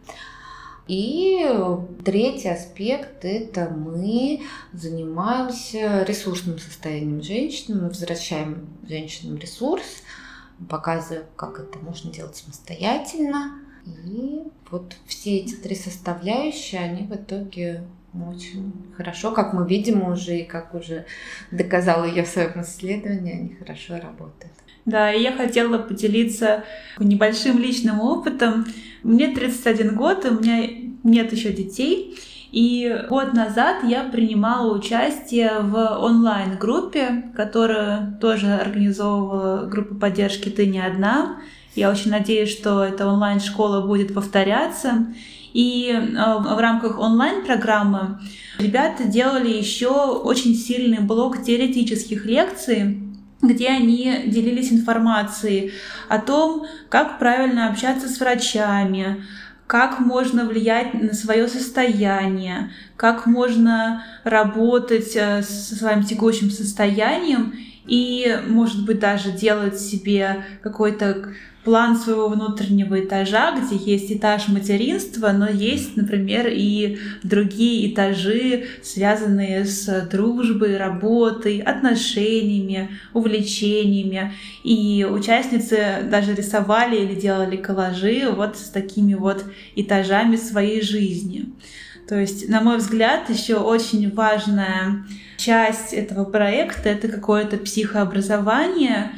И третий аспект – это мы занимаемся ресурсным состоянием женщин, мы возвращаем женщинам ресурс, показываем, как это можно делать самостоятельно. И вот все эти три составляющие, они в итоге очень хорошо, как мы видим уже, и как уже доказала я в своем исследовании, они хорошо работают. Да, и я хотела поделиться небольшим личным опытом. Мне тридцать один год, и у меня нет еще детей. И год назад я принимала участие в онлайн-группе, которую тоже организовывала группа поддержки «Ты не одна». Я очень надеюсь, что эта онлайн-школа будет повторяться. И в рамках онлайн-программы ребята делали еще очень сильный блок теоретических лекций, где они делились информацией о том, как правильно общаться с врачами, как можно влиять на свое состояние, как можно работать со своим текущим состоянием и, может быть, даже делать себе какой-то план своего внутреннего этажа, где есть этаж материнства, но есть, например, и другие этажи, связанные с дружбой, работой, отношениями, увлечениями. И участницы даже рисовали или делали коллажи вот с такими вот этажами своей жизни. То есть, на мой взгляд, еще очень важная часть этого проекта — это какое-то психообразование,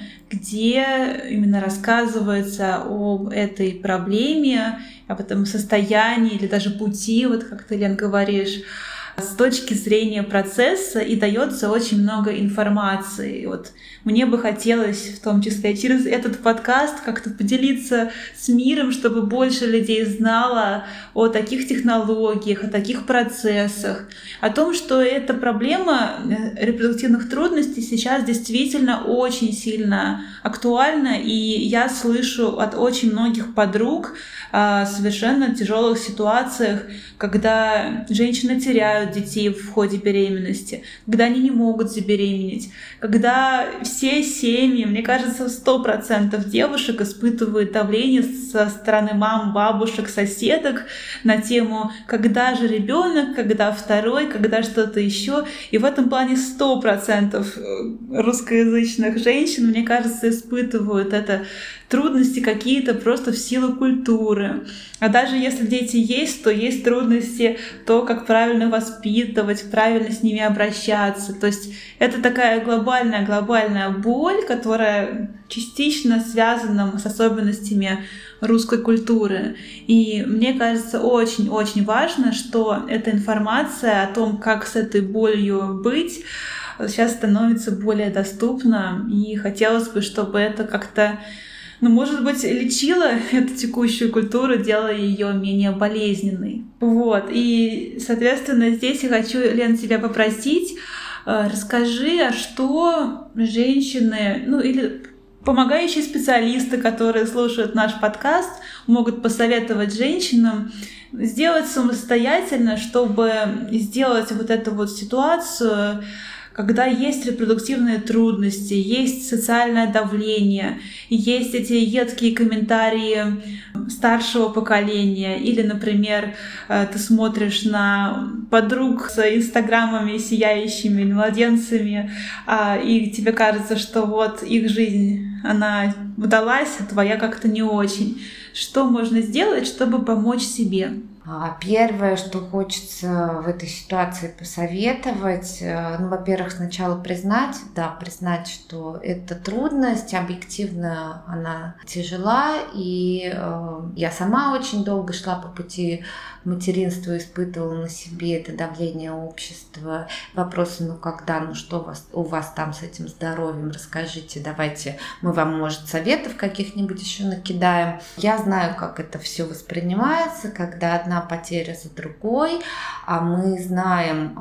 где именно рассказывается об этой проблеме, об этом состоянии или даже пути, вот как ты, Лен, говоришь, с точки зрения процесса, и дается очень много информации. Вот мне бы хотелось, в том числе через этот подкаст, как-то поделиться с миром, чтобы больше людей знало о таких технологиях, о таких процессах, о том, что эта проблема репродуктивных трудностей сейчас действительно очень сильно актуальна, и я слышу от очень многих подруг о совершенно тяжелых ситуациях, когда женщины теряют детей в ходе беременности, когда они не могут забеременеть, когда все семьи, мне кажется, сто процентов девушек испытывают давление со стороны мам, бабушек, соседок на тему, когда же ребенок, когда второй, когда что-то еще. И в этом плане сто процентов русскоязычных женщин, мне кажется, испытывают это трудности какие-то просто в силу культуры. А даже если дети есть, то есть трудности, то, как правильно воспитывать, правильно с ними обращаться. То есть это такая глобальная-глобальная боль, которая частично связана с особенностями русской культуры. И мне кажется, очень-очень важно, что эта информация о том, как с этой болью быть, сейчас становится более доступна. И хотелось бы, чтобы это как-то, ну, может быть, лечила эту текущую культуру, делая ее менее болезненной. Вот. И, соответственно, здесь я хочу, Лен, тебя попросить, расскажи, а что женщины, ну, или помогающие специалисты, которые слушают наш подкаст, могут посоветовать женщинам сделать самостоятельно, чтобы сделать вот эту вот ситуацию, когда есть репродуктивные трудности, есть социальное давление, есть эти едкие комментарии старшего поколения, или, например, ты смотришь на подруг с инстаграмами сияющими младенцами, и тебе кажется, что вот их жизнь, она удалась, а твоя как-то не очень. что можно сделать, чтобы помочь себе? Первое, что хочется в этой ситуации посоветовать, ну, во-первых, сначала признать, да, признать, что это трудность, объективно она тяжела, и э, я сама очень долго шла по пути материнства, испытывала на себе это давление общества, вопросы, ну когда, ну что у вас, у вас там с этим здоровьем, расскажите, давайте мы вам, может, советов каких-нибудь еще накидаем. Я знаю, как это все воспринимается, когда одна потеря за другой, а мы знаем,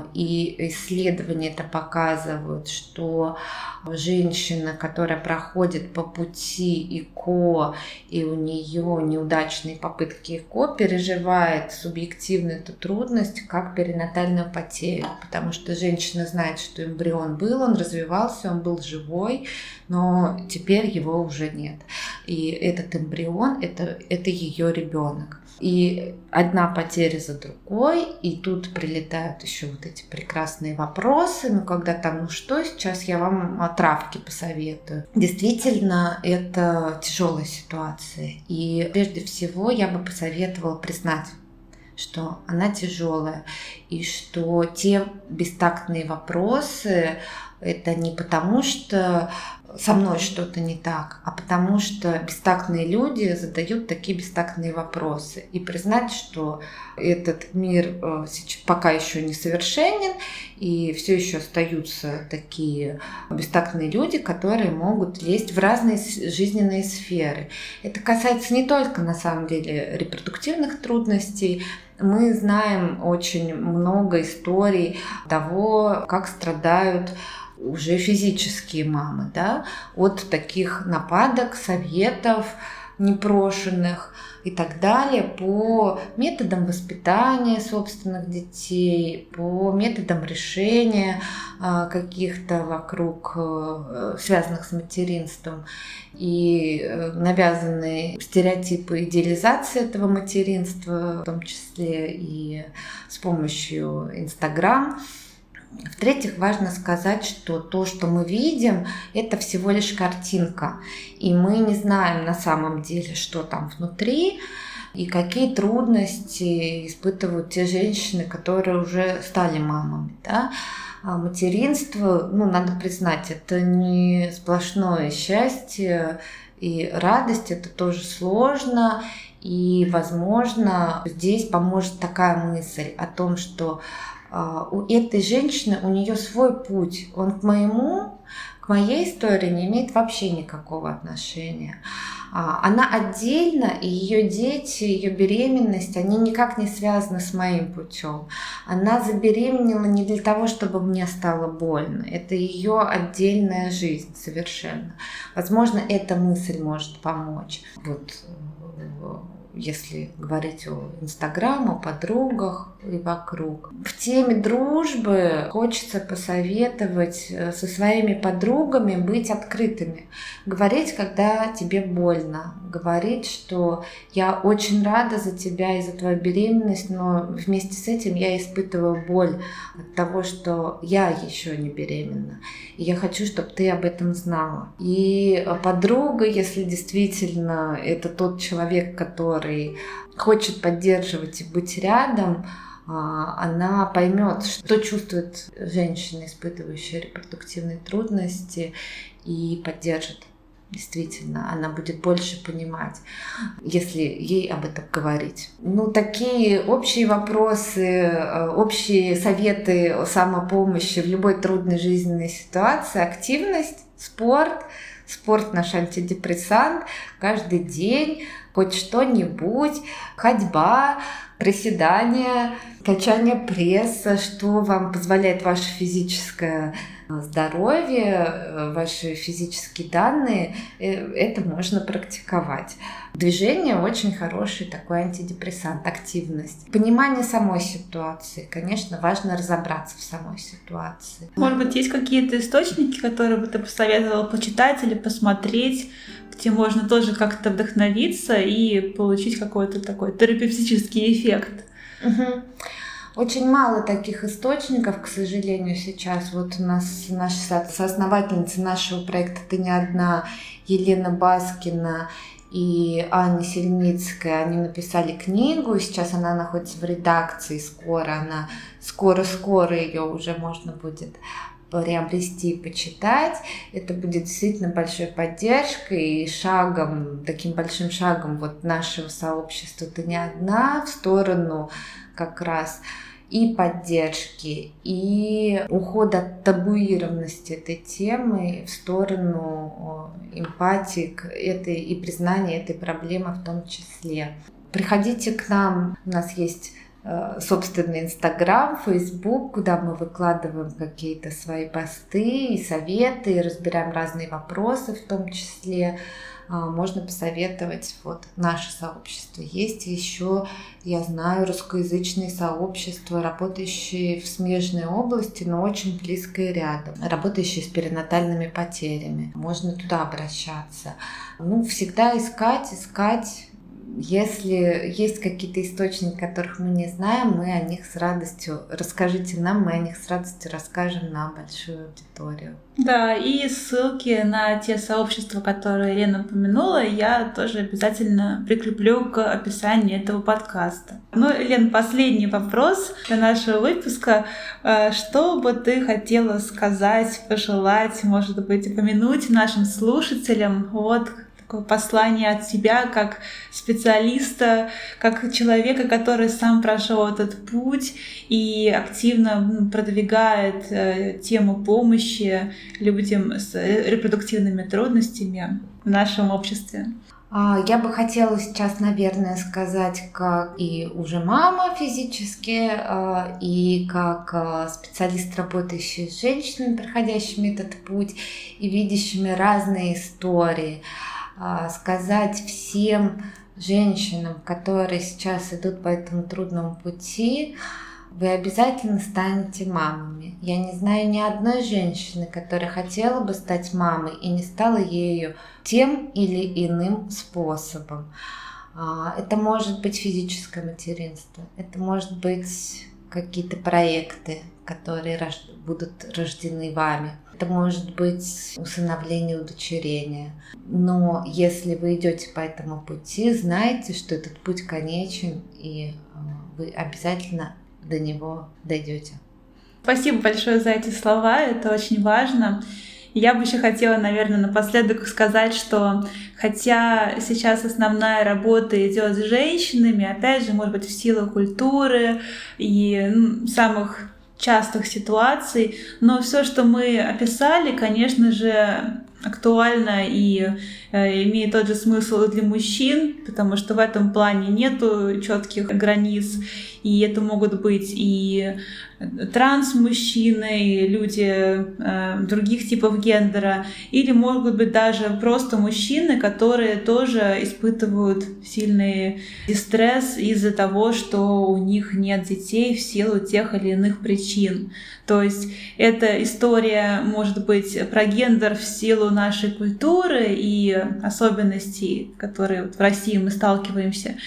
и исследования это показывают, что женщина, которая проходит по пути ЭКО, и у нее неудачные попытки ЭКО, переживает субъективно эту трудность как перинатальную потерю, потому что женщина знает, что эмбрион был, он развивался, он был живой, но теперь его уже нет. И этот эмбрион это, это ее ребенок. И одна потеря за другой, и тут прилетают еще вот эти прекрасные вопросы, ну когда там, ну что, сейчас я вам травки посоветую. Действительно, это тяжелая ситуация, и прежде всего я бы посоветовала признать, что она тяжелая, и что те бестактные вопросы это не потому, что со мной что-то не так, а потому что бестактные люди задают такие бестактные вопросы. И признать, что этот мир пока еще не совершенен, и все еще остаются такие бестактные люди, которые могут лезть в разные жизненные сферы. Это касается не только, на самом деле, репродуктивных трудностей. Мы знаем очень много историй того, как страдают уже физические мамы, да, от таких нападок, советов непрошенных и так далее по методам воспитания собственных детей, по методам решения каких-то вокруг связанных с материнством. И навязанные стереотипы идеализации этого материнства, в том числе и с помощью Инстаграм. В-третьих, важно сказать, что то, что мы видим, это всего лишь картинка. И мы не знаем на самом деле, что там внутри и какие трудности испытывают те женщины, которые уже стали мамами. Да? А материнство, ну, надо признать, это не сплошное счастье и радость, это тоже сложно. И, возможно, здесь поможет такая мысль о том, что у этой женщины, у нее свой путь. Он к моему, к моей истории не имеет вообще никакого отношения. Она отдельно, и ее дети, ее беременность, они никак не связаны с моим путем. Она забеременела не для того, чтобы мне стало больно. Это ее отдельная жизнь совершенно. Возможно, эта мысль может помочь. Вот, если говорить о Инстаграм, о подругах и вокруг. В теме дружбы хочется посоветовать со своими подругами быть открытыми. Говорить, когда тебе больно. Говорить, что я очень рада за тебя и за твою беременность, но вместе с этим я испытываю боль от того, что я еще не беременна. И я хочу, чтобы ты об этом знала. И подруга, если действительно это тот человек, который хочет поддерживать и быть рядом, она поймет, что чувствует женщина, испытывающая репродуктивные трудности, и поддержит. Действительно, она будет больше понимать, если ей об этом говорить. Ну, такие общие вопросы, общие советы о самопомощи в любой трудной жизненной ситуации: активность, спорт. Спорт наш антидепрессант, каждый день хоть что-нибудь, ходьба, приседания, качание пресса, что вам позволяет ваше физическое здоровье, ваши физические данные, это можно практиковать. Движение очень хороший такой антидепрессант, активность. Понимание самой ситуации. Конечно, важно разобраться в самой ситуации. Может быть, есть какие-то источники, которые бы ты посоветовала почитать или посмотреть, где можно тоже как-то вдохновиться и получить какой-то такой терапевтический эффект? Угу. Очень мало таких источников, к сожалению, сейчас. Вот у нас наша соосновательница нашего проекта «Ты не одна», Елена Баскина, и Анне Сельницкой. Они написали книгу, сейчас она находится в редакции, скоро она, скоро-скоро ее уже можно будет приобрести и почитать. Это будет действительно большой поддержкой и шагом, таким большим шагом вот нашего сообщества «Ты не одна» в сторону как раз и поддержки, и ухода от табуированности этой темы в сторону эмпатии к этой и признания этой проблемы в том числе. Приходите к нам, у нас есть собственный Инстаграм, Фейсбук, куда мы выкладываем какие-то свои посты и советы, и разбираем разные вопросы в том числе. Можно посоветовать вот наше сообщество. Есть еще, я знаю, русскоязычные сообщества, работающие в смежной области, но очень близко и рядом, работающие с перинатальными потерями. Можно туда обращаться. Ну, всегда искать, искать. Если есть какие-то источники, которых мы не знаем, мы о них с радостью, расскажите нам, мы о них с радостью расскажем на большую аудиторию. Да, и ссылки на те сообщества, которые Лена упомянула, я тоже обязательно прикреплю к описанию этого подкаста. Ну, Лен, последний вопрос для нашего выпуска. Что бы ты хотела сказать, пожелать, может быть, упомянуть нашим слушателям? Вот такое послание от тебя, как специалиста, как человека, который сам прошел этот путь и активно продвигает э, тему помощи людям с репродуктивными трудностями в нашем обществе. Я бы хотела сейчас, наверное, сказать, как и уже мама физически, и как специалист, работающий с женщинами, проходящими этот путь и видящими разные истории, сказать всем женщинам, которые сейчас идут по этому трудному пути: вы обязательно станете мамами. Я не знаю ни одной женщины, которая хотела бы стать мамой и не стала ею тем или иным способом. Это может быть физическое материнство, это может быть какие-то проекты, которые будут рождены вами. Это может быть усыновление, удочерение. Но если вы идете по этому пути, знайте, что этот путь конечен, и вы обязательно до него дойдете. Спасибо большое за эти слова, это очень важно. Я бы еще хотела, наверное, напоследок сказать, что хотя сейчас основная работа идет с женщинами, опять же, может быть, в силу культуры и ну, самых частых ситуаций, но все, что мы описали, конечно же, актуально и э, имеет тот же смысл и для мужчин, потому что в этом плане нету четких границ, и это могут быть и транс-мужчины, и люди э, других типов гендера, или могут быть даже просто мужчины, которые тоже испытывают сильный дистресс из-за того, что у них нет детей в силу тех или иных причин. То есть эта история может быть про гендер в силу нашей культуры и особенностей, которые вот в России мы сталкиваемся,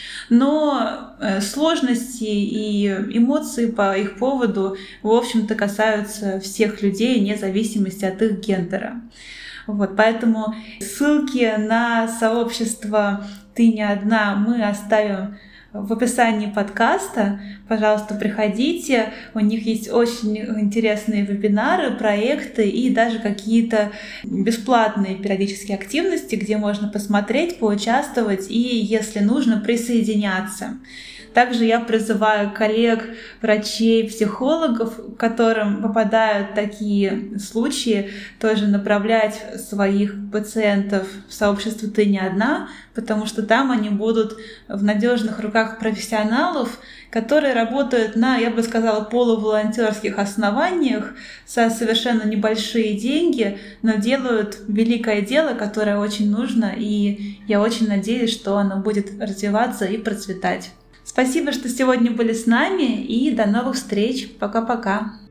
но сложности и эмоции по их поводу, в общем-то, касаются всех людей, вне зависимости от их гендера. Вот, поэтому ссылки на сообщество «Ты не одна» мы оставим в описании подкаста. Пожалуйста, приходите. У них есть очень интересные вебинары, проекты и даже какие-то бесплатные периодические активности, где можно посмотреть, поучаствовать и, если нужно, присоединяться. Также я призываю коллег, врачей, психологов, к которым попадают такие случаи, тоже направлять своих пациентов в сообщество «Ты не одна», потому что там они будут в надежных руках профессионалов, которые работают на, я бы сказала, полуволонтерских основаниях за совершенно небольшие деньги, но делают великое дело, которое очень нужно, и я очень надеюсь, что оно будет развиваться и процветать. Спасибо, что сегодня были с нами, и до новых встреч. Пока-пока.